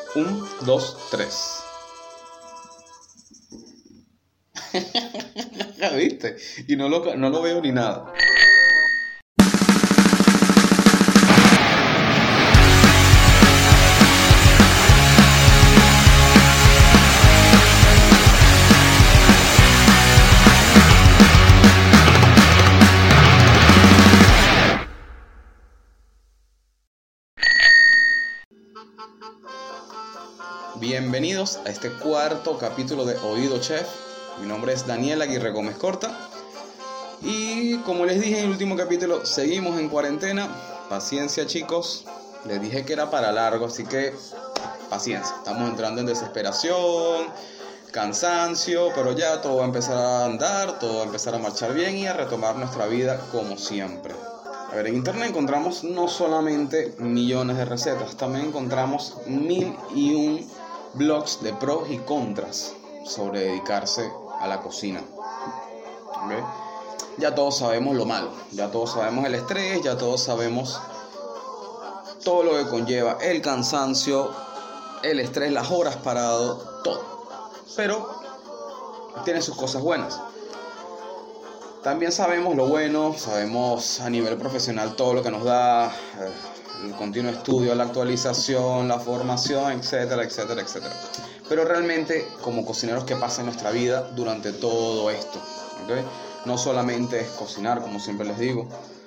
1, 2, 3. ¿Viste? Y no lo veo ni nada. Bienvenidos a este cuarto capítulo de Oído Chef. Mi nombre es Daniel Aguirre Gómez Corta. Y como les dije en el último capítulo, seguimos en cuarentena. Paciencia, chicos. Les dije que era para largo, así que paciencia. Estamos entrando en desesperación, cansancio, pero ya todo va a empezar a andar, todo va a empezar a marchar bien y a retomar nuestra vida como siempre. A ver, en internet encontramos no solamente millones de recetas, también encontramos 1001 blogs de pros y contras sobre dedicarse a la cocina. ¿Okay? Ya todos sabemos lo malo, ya todos sabemos el estrés, ya todos sabemos todo lo que conlleva el cansancio, el estrés, las horas parado, todo. Pero tiene sus cosas buenas. También sabemos lo bueno, sabemos a nivel profesional todo lo que nos da el continuo estudio, la actualización, la formación, etcétera, etcétera, etcétera. Pero realmente como cocineros, ¿qué pasa en nuestra vida durante todo esto? ¿Okay? No solamente es cocinar, como siempre les digo.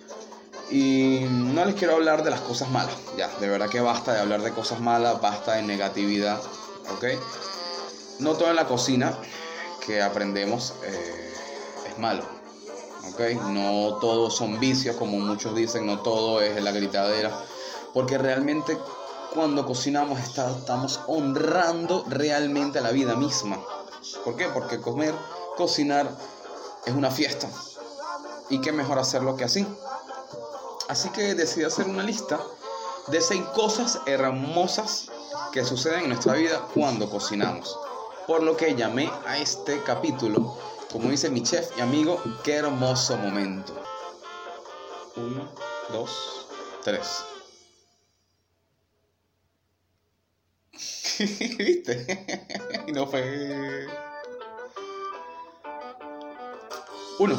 Y no les quiero hablar de las cosas malas, ya, de verdad que basta de hablar de cosas malas, basta de negatividad, ¿ok? No todo en la cocina que aprendemos es malo. Okay. No todos son vicios, como muchos dicen, no todo es la gritadera, porque realmente cuando cocinamos estamos honrando realmente a la vida misma. ¿Por qué? Porque cocinar es una fiesta, y qué mejor hacerlo que así. Así que decidí hacer una lista de 6 cosas hermosas que suceden en nuestra vida cuando cocinamos, por lo que llamé a este capítulo, como dice mi chef y amigo, qué hermoso momento. 1, 2, 3. ¿Viste? Y no fue... 1.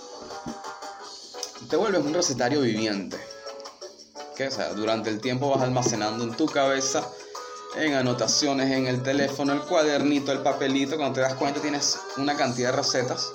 Te vuelves un recetario viviente. ¿Qué? O sea, durante el tiempo vas almacenando en tu cabeza, en anotaciones, en el teléfono, el cuadernito, el papelito. Cuando te das cuenta tienes una cantidad de recetas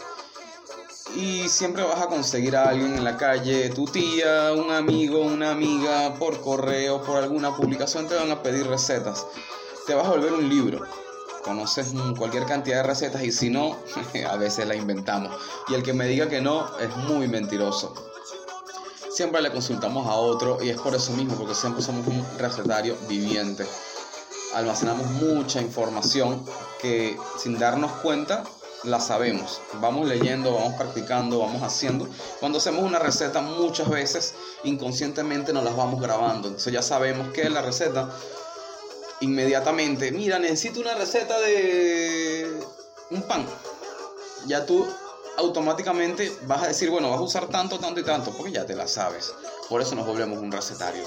y siempre vas a conseguir a alguien en la calle, tu tía, un amigo, una amiga, por correo, por alguna publicación te van a pedir recetas. Te vas a volver un libro, conoces cualquier cantidad de recetas y si no, a veces la inventamos. Y el que me diga que no es muy mentiroso. Siempre le consultamos a otro y es por eso mismo, porque siempre somos un recetario viviente. Almacenamos mucha información que sin darnos cuenta la sabemos. Vamos leyendo, vamos practicando, vamos haciendo. Cuando hacemos una receta muchas veces inconscientemente nos las vamos grabando. Entonces ya sabemos que la receta inmediatamente, mira, necesito una receta de un pan. Ya tú automáticamente vas a decir, bueno, vas a usar tanto, tanto y tanto, porque ya te la sabes. Por eso nos volvemos un recetario.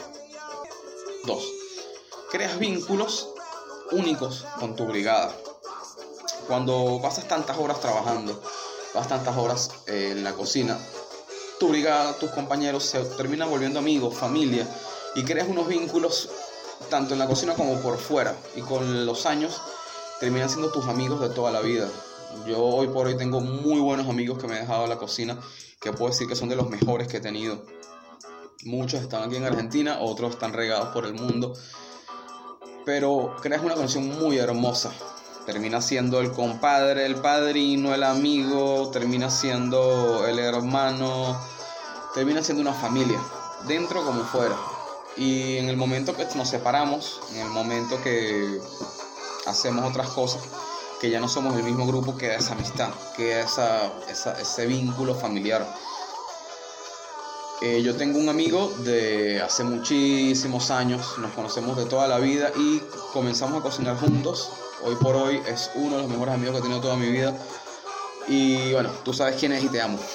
2. Creas vínculos únicos con tu brigada. Cuando pasas tantas horas trabajando, pasas tantas horas en la cocina, tu brigada, tus compañeros se terminan volviendo amigos, familia, y creas unos vínculos tanto en la cocina como por fuera, y con los años terminan siendo tus amigos de toda la vida. Yo hoy por hoy tengo muy buenos amigos que me he dejado en la cocina, que puedo decir que son de los mejores que he tenido. Muchos están aquí en Argentina, otros están regados por el mundo, pero creas una conexión muy hermosa. Termina siendo el compadre, el padrino, el amigo, termina siendo el hermano, termina siendo una familia, dentro como fuera. Y en el momento que nos separamos, en el momento que hacemos otras cosas, que ya no somos el mismo grupo, queda esa amistad, queda ese vínculo familiar. Yo tengo un amigo de hace muchísimos años, nos conocemos de toda la vida y comenzamos a cocinar juntos. Hoy por hoy es uno de los mejores amigos que he tenido toda mi vida. Y bueno, tú sabes quién es y te amo.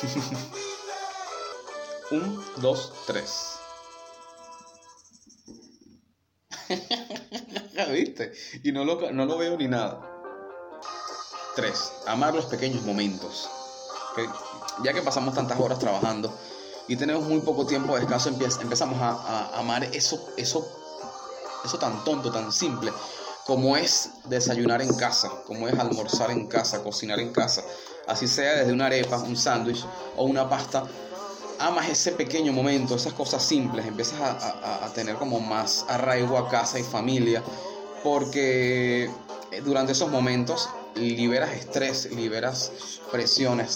1, 2, 3. ¿Viste? Y no lo veo ni nada. 3. Amar los pequeños momentos. ¿Okay? Ya que pasamos tantas horas trabajando y tenemos muy poco tiempo de descanso, empezamos a amar eso tan tonto, tan simple, como es desayunar en casa, como es almorzar en casa, cocinar en casa. Así sea desde una arepa, un sándwich o una pasta. Amas ese pequeño momento, esas cosas simples, empiezas a tener como más arraigo a casa y familia, porque durante esos momentos liberas estrés, liberas presiones.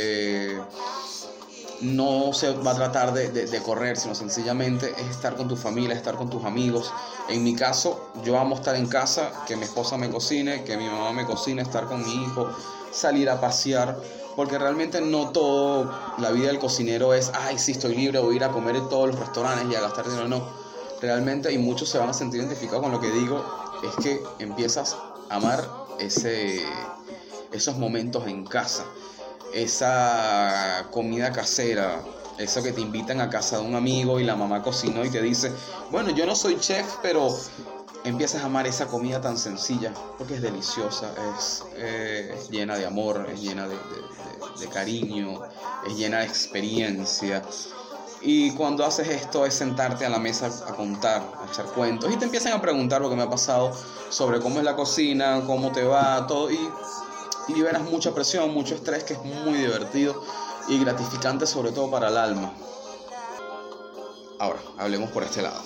No se va a tratar de correr, sino sencillamente es estar con tu familia, estar con tus amigos. En mi caso, yo amo estar en casa, que mi esposa me cocine, que mi mamá me cocine, estar con mi hijo, salir a pasear, porque realmente no todo la vida del cocinero es, ay, sí, estoy libre, voy a ir a comer en todos los restaurantes y a gastar dinero. No, realmente, y muchos se van a sentir identificados con lo que digo, es que empiezas a amar esos momentos en casa, esa comida casera, eso que te invitan a casa de un amigo y la mamá cocinó y te dice, bueno, yo no soy chef, pero empiezas a amar esa comida tan sencilla, porque es deliciosa, es llena de amor, es llena de cariño, es llena de experiencia. Y cuando haces esto es sentarte a la mesa a contar, a echar cuentos, y te empiezan a preguntar lo que me ha pasado sobre cómo es la cocina, cómo te va, todo, y liberas mucha presión, mucho estrés, que es muy divertido y gratificante, sobre todo para el alma. Ahora, hablemos por este lado.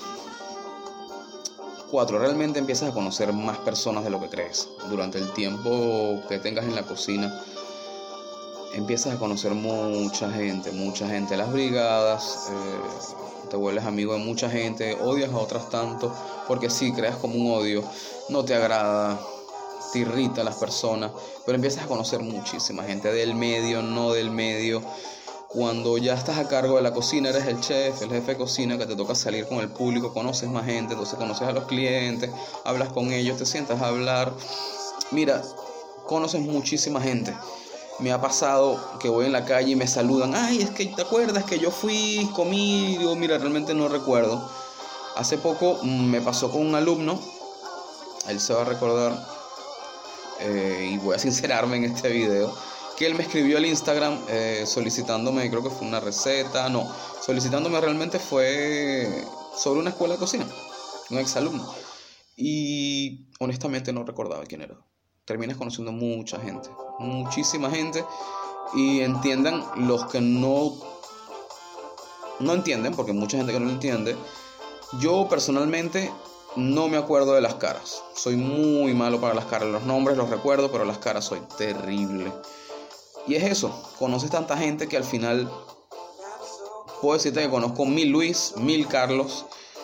4. Realmente empiezas a conocer más personas de lo que crees. Durante el tiempo que tengas en la cocina, empiezas a conocer mucha gente. Las brigadas, te vuelves amigo de mucha gente, odias a otras tanto, porque sí, creas como un odio, no te agrada, te irrita a las personas, pero empiezas a conocer muchísima gente del medio, no del medio. Cuando ya estás a cargo de la cocina, eres el chef, el jefe de cocina, que te toca salir con el público, conoces más gente, entonces conoces a los clientes, hablas con ellos, te sientas a hablar. Mira, conoces muchísima gente. Me ha pasado que voy en la calle y me saludan, ay, es que te acuerdas que yo fui, comí, y digo, mira, realmente no recuerdo. Hace poco me pasó con un alumno, él se va a recordar, y voy a sincerarme en este video, que él me escribió al Instagram solicitándome, creo que fue una receta, no, solicitándome realmente fue sobre una escuela de cocina, un exalumno, y honestamente no recordaba quién era. Terminas conociendo mucha gente, muchísima gente, y entiendan los que no entienden, porque hay mucha gente que no lo entiende. Yo personalmente no me acuerdo de las caras, soy muy malo para las caras, los nombres los recuerdo, pero las caras soy terrible. Y es eso, conoces tanta gente que al final puedo decirte que conozco 1000 Luis, 1000 Carlos,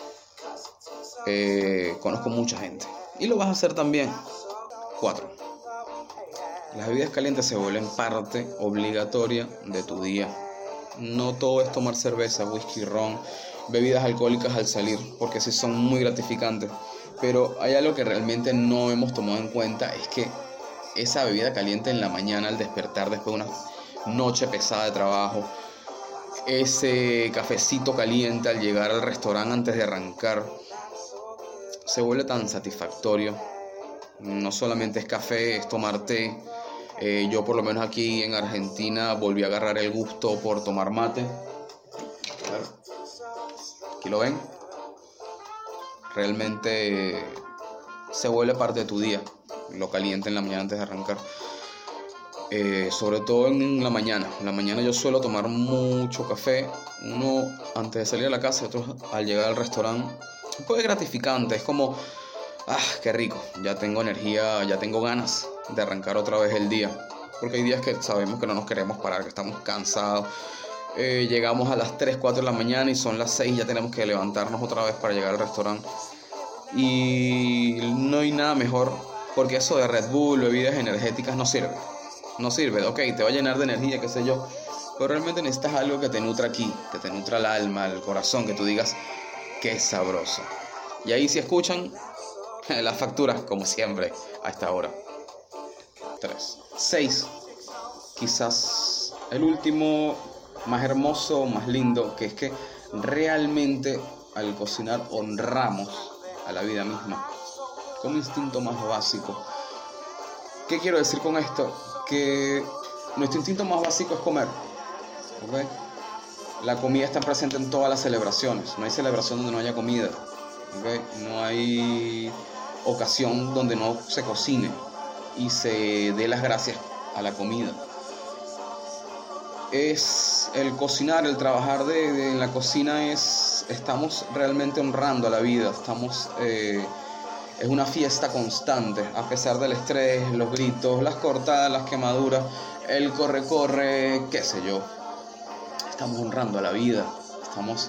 conozco mucha gente, y lo vas a hacer también. 4. Las bebidas calientes se vuelven parte obligatoria de tu día. No todo es tomar cerveza, whisky, ron, bebidas alcohólicas al salir, porque sí son muy gratificantes. Pero hay algo que realmente no hemos tomado en cuenta, es que esa bebida caliente en la mañana al despertar después de una noche pesada de trabajo, ese cafecito caliente al llegar al restaurante antes de arrancar, se vuelve tan satisfactorio. No solamente es café, es tomar té. Yo por lo menos aquí en Argentina volví a agarrar el gusto por tomar mate. Aquí lo ven. Realmente se vuelve parte de tu día, lo caliente en la mañana antes de arrancar. Sobre todo en la mañana. En la mañana yo suelo tomar mucho café. Uno antes de salir a la casa, otro al llegar al restaurante. Pues es gratificante, es como, qué rico, ya tengo energía, ya tengo ganas de arrancar otra vez el día. Porque hay días que sabemos que no nos queremos parar, que estamos cansados. Llegamos a las 3, 4 de la mañana y son las 6, ya tenemos que levantarnos otra vez para llegar al restaurante. Y no hay nada mejor, porque eso de Red Bull, bebidas energéticas no sirve. No sirve, ok, te va a llenar de energía, qué sé yo, pero realmente necesitas algo que te nutra aquí, que te nutra el alma, el corazón, que tú digas, qué sabroso. Y ahí si escuchan las facturas, como siempre, a esta hora. 3. 6. Quizás el último, más hermoso, más lindo, que es que realmente al cocinar honramos a la vida misma. como instinto más básico. ¿Qué quiero decir con esto? Que nuestro instinto más básico es comer, ¿ok? La comida está presente en todas las celebraciones. No hay celebración donde no haya comida, ¿ok? No hay ocasión donde no se cocine y se dé las gracias a la comida. Es el cocinar, el trabajar en la cocina, estamos realmente honrando a la vida. Es una fiesta constante, a pesar del estrés, los gritos, las cortadas, las quemaduras, el corre, qué sé yo. Estamos honrando a la vida, estamos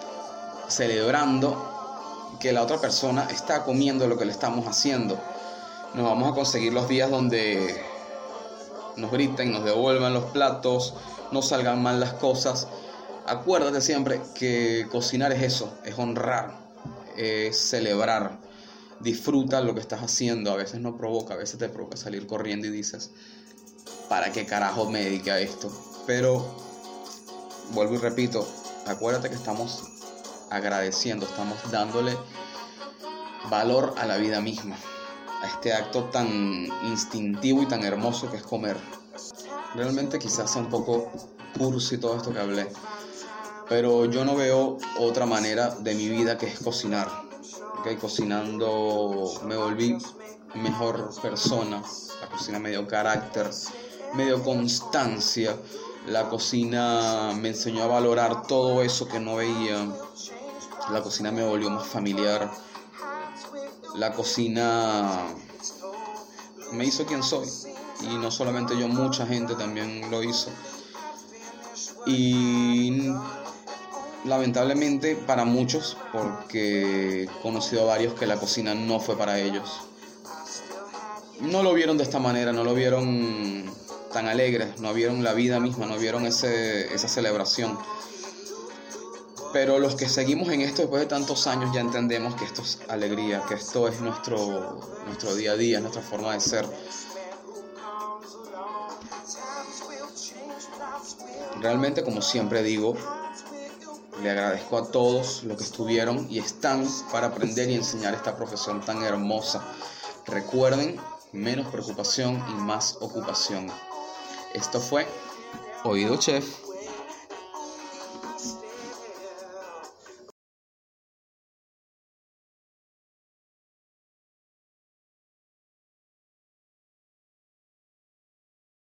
celebrando que la otra persona está comiendo lo que le estamos haciendo. Nos vamos a conseguir los días donde nos griten, nos devuelvan los platos, no salgan mal las cosas. Acuérdate siempre que cocinar es eso, es honrar, es celebrar. Disfruta lo que estás haciendo. A veces no provoca, a veces te provoca salir corriendo y dices, ¿para qué carajo me dediqué a esto? Pero vuelvo y repito, acuérdate que estamos agradeciendo, estamos dándole valor a la vida misma, a este acto tan instintivo y tan hermoso que es comer. Realmente quizás sea un poco cursi todo esto que hablé, pero yo no veo otra manera de mi vida que es cocinar. ¿Okay? Cocinando me volví mejor persona. La cocina me dio carácter, me dio constancia. La cocina me enseñó a valorar todo eso que no veía. La cocina me volvió más familiar. La cocina me hizo quien soy. Y no solamente yo, mucha gente también lo hizo. Y lamentablemente para muchos, porque he conocido a varios que la cocina no fue para ellos. No lo vieron de esta manera, no lo vieron tan alegre, no vieron la vida misma, no vieron esa celebración. Pero los que seguimos en esto después de tantos años ya entendemos que esto es alegría, que esto es nuestro día a día, nuestra forma de ser. Realmente, como siempre digo, le agradezco a todos los que estuvieron y están para aprender y enseñar esta profesión tan hermosa. Recuerden, menos preocupación y más ocupación. Esto fue Oído Chef.